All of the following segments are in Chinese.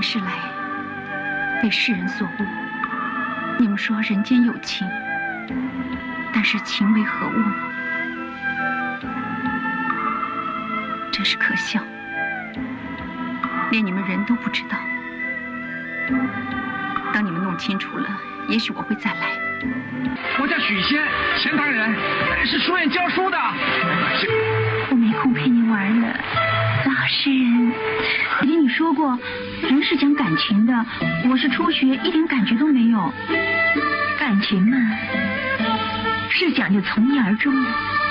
前世来被世人所误。你们说人间有情，但是情为何物呢？真是可笑，连你们人都不知道。等你们弄清楚了，也许我会再来。 我叫许仙，钱塘人，是书院教书的。 我没空陪你玩了，老实人。我听你说过，人是讲感情的，我是初学，一点感觉都没有。感情嘛，是讲究从一而终的。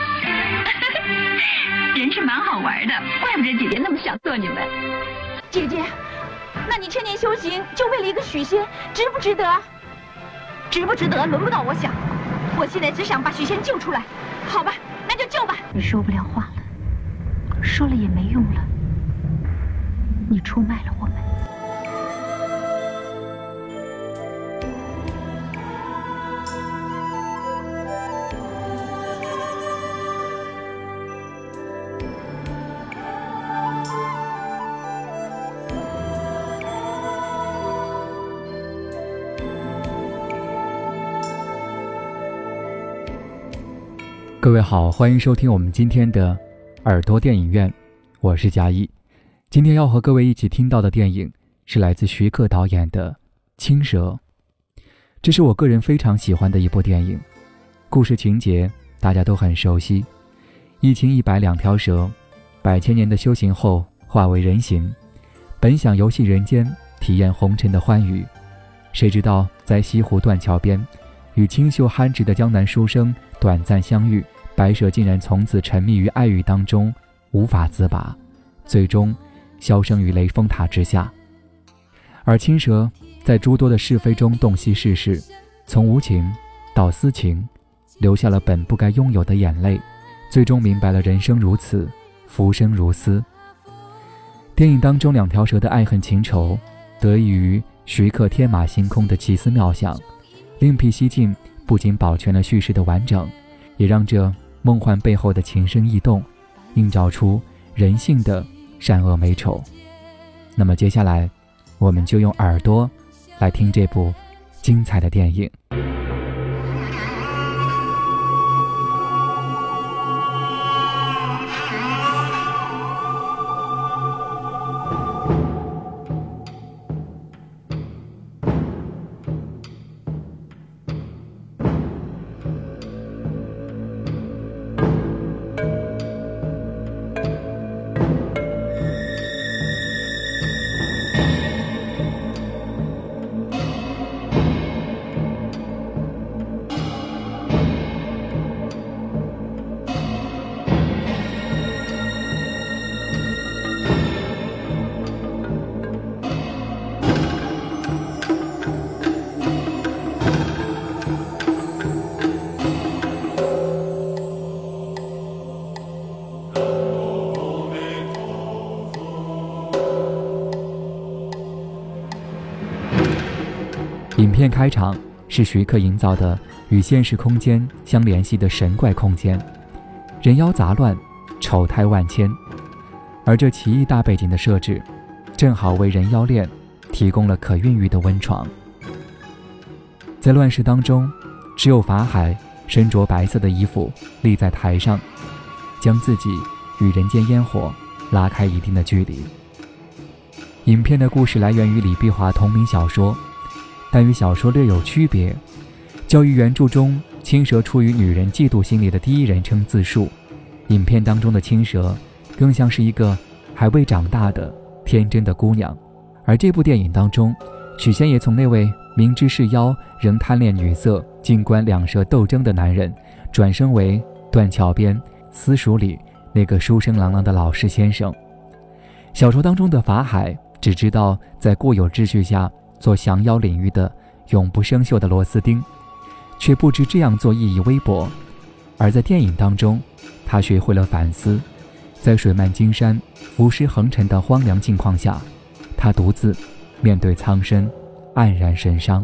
人是蛮好玩的，怪不得姐姐那么想做你们。姐姐，那你千年修行就为了一个许仙，值不值得？值不值得，轮不到我想。我现在只想把许仙救出来。好吧，那就救吧。你说不了话了，说了也没用了。你出卖了我们。 各位好，欢迎收听我们今天的耳朵电影院，我是嘉一。今天要和各位一起听到的电影是来自徐克导演的《青蛇》，这是我个人非常喜欢的一部电影。故事情节大家都很熟悉，一青一白两条蛇，百千年的修行后化为人形，本想游戏人间，体验红尘的欢愉，谁知道在西湖断桥边与清秀憨直的江南书生短暂相遇，白蛇竟然从此沉迷于爱欲当中，无法自拔，最终销声于雷峰塔之下。而青蛇在诸多的是非中洞悉世事，从无情到私情，流下了本不该拥有的眼泪，最终明白了人生如此，浮生如斯。电影当中两条蛇的爱恨情仇，得益于徐克天马行空的奇思妙想，另辟蹊径，不仅保全了叙事的完整，也让这梦幻背后的情深意动映照出人性的善恶美丑。那么接下来我们就用耳朵来听这部精彩的电影。影片开场是徐克营造的与现实空间相联系的神怪空间，人妖杂乱，丑态万千，而这奇异大背景的设置正好为人妖恋提供了可孕育的温床。在乱世当中，只有法海身着白色的衣服立在台上，将自己与人间烟火拉开一定的距离。影片的故事来源于李碧华同名小说，但与小说略有区别。较于原著中青蛇出于女人嫉妒心理的第一人称自述，影片当中的青蛇更像是一个还未长大的天真的姑娘。而这部电影当中，许仙也从那位明知是妖仍贪恋女色，静观两蛇斗争的男人，转生为断桥边私塾里那个书生郎朗的老实先生。小说当中的法海只知道在固有秩序下做降妖领域的永不生锈的螺丝钉，却不知这样做意义微薄。而在电影当中，他学会了反思，在水漫金山浮尸横陈的荒凉境况下，他独自面对苍生，黯然神伤。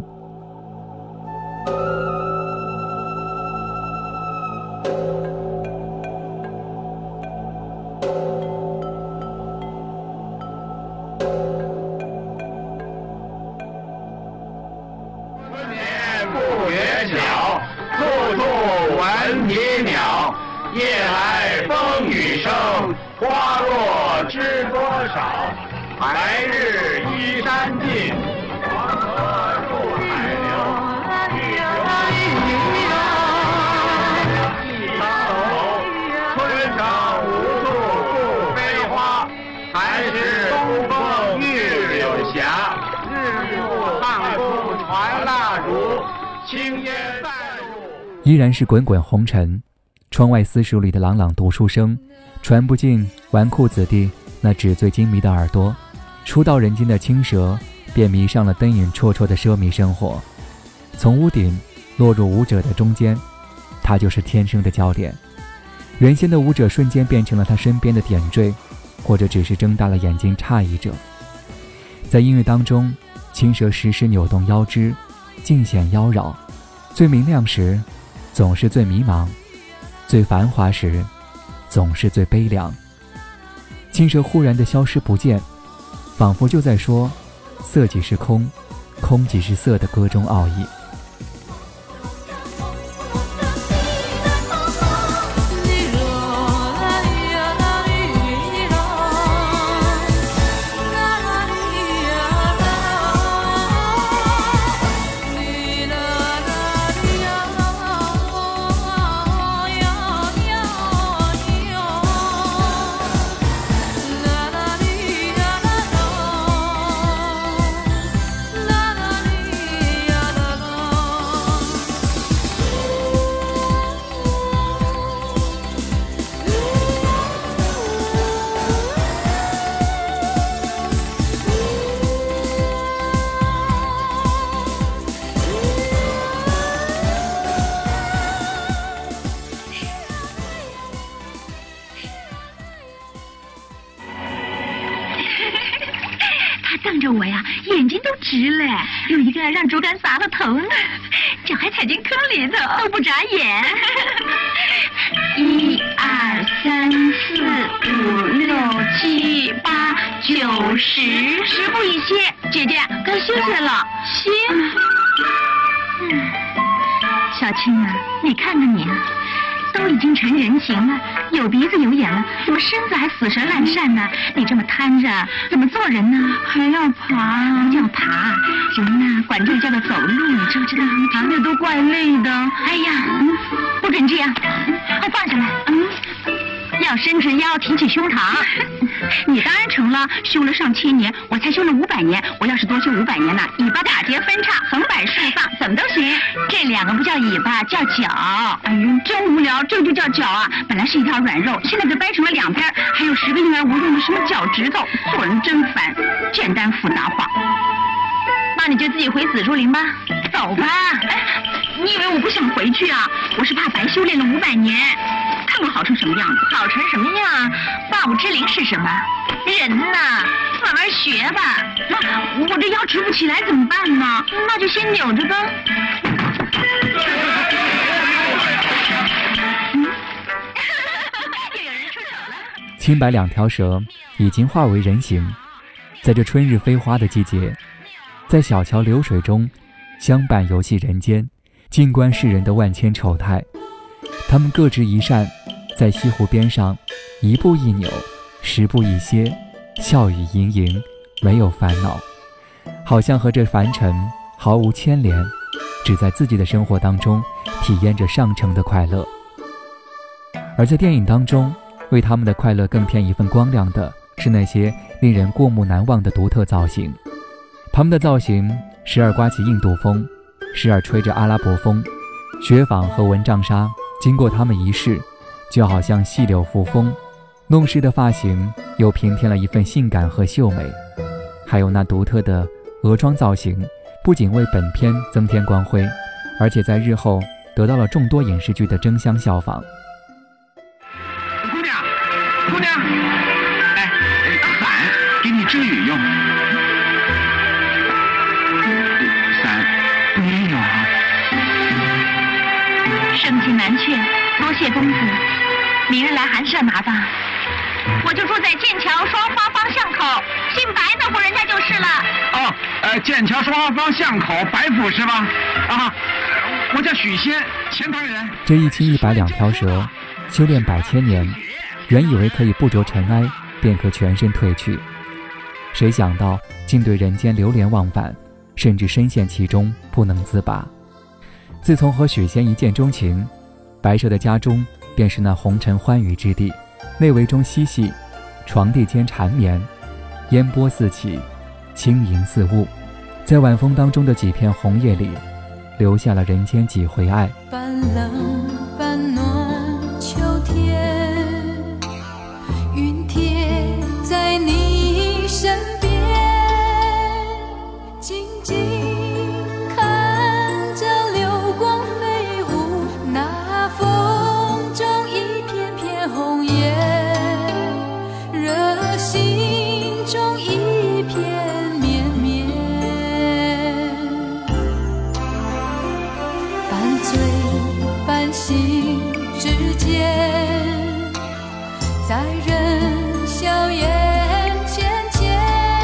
夜来风雨声，花落知多少。白日依山尽，黄河入海流。欲穷一长楼，村上无处不飞花。还是东风御柳斜，日暮汉宫传蜡烛，青烟散入。 依然是滚滚红尘，窗外私塾里的朗朗读书声，传不进纨绔子弟那纸醉金迷的耳朵。初到人间的青蛇便迷上了灯影绰绰的奢靡生活，从屋顶落入舞者的中间，他就是天生的焦点。原先的舞者瞬间变成了他身边的点缀，或者只是睁大了眼睛诧异着。在音乐当中，青蛇时时扭动腰肢，尽显妖娆。最明亮时总是最迷茫，最繁华时总是最悲凉。青蛇忽然的消失不见，仿佛就在说色即是空，空即是色的歌中奥义。 瞪着我呀，眼睛都直了，有一个让竹竿砸了头呢，脚还踩进坑里头，都不眨眼。1、2、3、4、5、6、7、8、9、10，10步一歇，姐姐该休息了，歇。小青啊，你看看你。都已经成人形了，有鼻子有眼了，怎么身子还死神烂鳝呢？你这么瘫着，怎么做人呢？还要爬，叫爬，人呢管这叫做走路，你知不知道？爬着都怪累的。哎呀，不准这样，快放下来。要伸直腰，挺起胸膛。你当然成了，修了上千年，我才修了500年。我要是多修500年呢，尾巴打结分叉，横摆竖放，怎么都行。这2个不叫尾巴，叫脚。哎呦，真无聊，这就叫脚啊！本来是一条软肉，现在给掰成了2片，还有10个婴儿无用的什么脚趾头，做人真烦。简单复杂化。那你就自己回紫竹林吧，走吧。哎，你以为我不想回去啊？我是怕白修炼了500年。看我好成什么样子？好成什么样？化物之灵是什么？人呐，慢慢学吧。我这腰直不起来怎么办呢？那就先扭着吧。 青白2条蛇已经化为人形，在这春日飞花的季节，在小桥流水中相伴游戏人间，静观世人的万千丑态。他们各执一扇，在西湖边上1步1扭，10步1歇，笑语盈盈，没有烦恼，好像和这凡尘毫无牵连，只在自己的生活当中体验着上乘的快乐。而在电影当中，为他们的快乐更添一份光亮的是那些令人过目难忘的独特造型。他们的造型时而刮起印度风，时而吹着阿拉伯风，雪纺和蚊帐纱经过他们一试，就好像细柳扶风，弄湿的发型又平添了一份性感和秀美。还有那独特的额装造型，不仅为本片增添光辉，而且在日后得到了众多影视剧的争相效仿。 姑娘，姑娘，哎，伞给你遮雨用。伞没有啊。 盛情难却，多谢公子。明日来寒舍拿吧。我就住在剑桥双花坊巷口，姓白的户人家就是了。 哦，剑桥双花坊巷口白府是吧？啊，我叫许仙，钱塘人。 这1青1白2条蛇， 修炼100千年，原以为可以不着尘埃，便可全身褪去，谁想到竟对人间流连忘返，甚至深陷其中不能自拔。自从和许仙一见钟情，白蛇的家中便是那红尘欢愉之地，内围中嬉戏，床地间缠绵，烟波四起，轻盈似雾，在晚风当中的几片红叶里，留下了人间几回爱。 半冷半暖秋天，云贴在你身边，静静看着流光飞舞，那风中一片片红叶，热心中一片绵绵，半醉半醒之间，在人笑颜浅浅，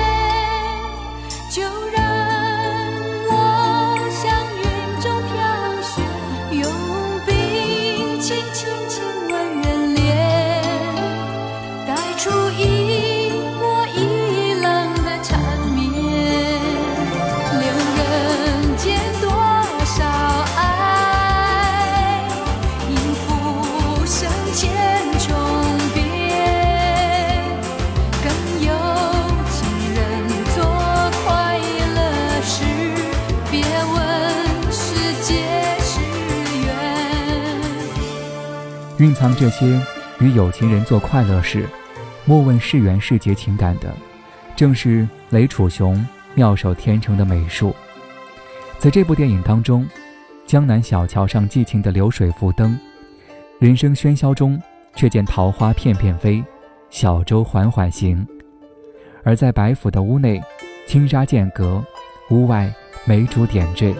就让我向云中飘雪，用冰轻轻亲吻人脸，带出一抹一冷的缠绵，留人间多少爱，应浮生千重变，更有情人做快乐事，别问是劫是缘。 蕴藏这些与有情人做快乐事，莫问是缘是劫情感的，正是雷楚雄妙手天成的美术。在这部电影当中，江南小桥上寄情的流水浮灯，人生喧嚣中却见桃花片片飞，小舟缓缓行。而在白府的屋内，轻纱间隔，屋外梅烛点缀。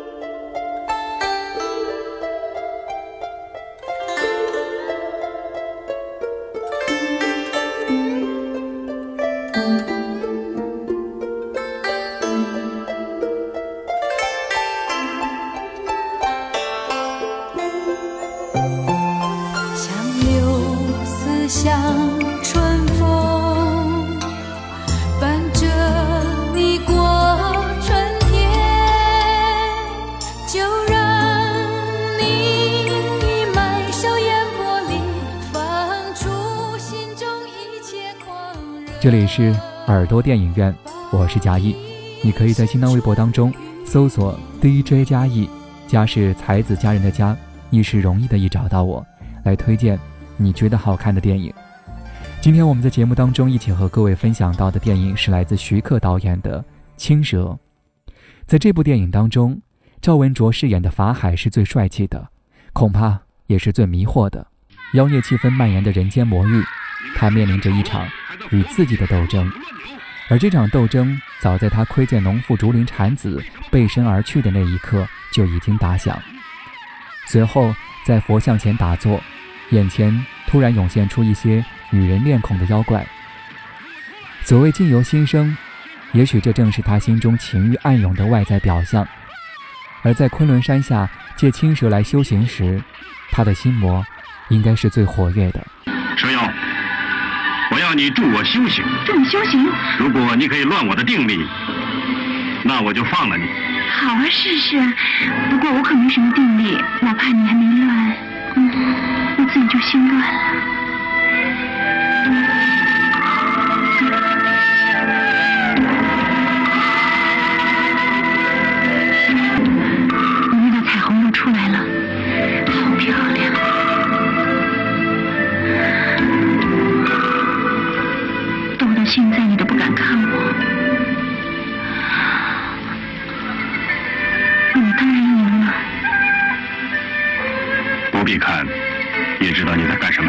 像柳丝像春风，伴着你过春天，就让你已埋首烟波里，放出心中一切狂热。 这里是耳朵电影院，我是嘉义。你可以在新浪微博当中搜索 DJ 嘉义，嘉是才子佳人的嘉，义是容易的义，找到我来推荐你觉得好看的电影。今天我们在节目当中一起和各位分享到的电影是来自徐克导演的《青蛇》。在这部电影当中，赵文卓饰演的法海是最帅气的，恐怕也是最迷惑的。妖孽气氛蔓延的人间魔域，他面临着一场与自己的斗争，而这场斗争早在他窥见农妇竹林产子背身而去的那一刻就已经打响。随后在佛像前打坐，眼前突然涌现出一些女人面孔的妖怪。所谓境由心生，也许这正是他心中情欲暗涌的外在表象。而在昆仑山下借青蛇来修行时，他的心魔应该是最活跃的。 蛇妖，我要你助我修行。 助你修行？ 如果你可以乱我的定力，那我就放了你。 好啊，试试。不过我可没什么定力，哪怕你还没乱，我自己就心乱了。你那道彩虹又出来了，好漂亮。斗到现在你都不敢看我，你当然赢了。 不必看，也知道你在干什么。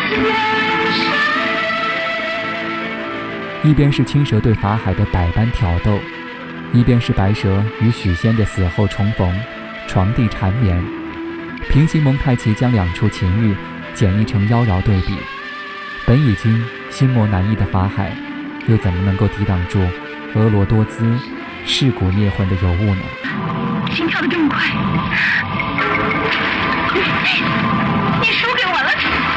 一边是青蛇对法海的百般挑逗，一边是白蛇与许仙的死后重逢，床地缠绵。平行蒙太奇将两处情欲简绎成妖娆对比，本已经心魔难抑的法海，又怎么能够抵挡住婀娜多姿、噬骨灭魂的尤物呢？ 心跳得这么快， 你输给我了。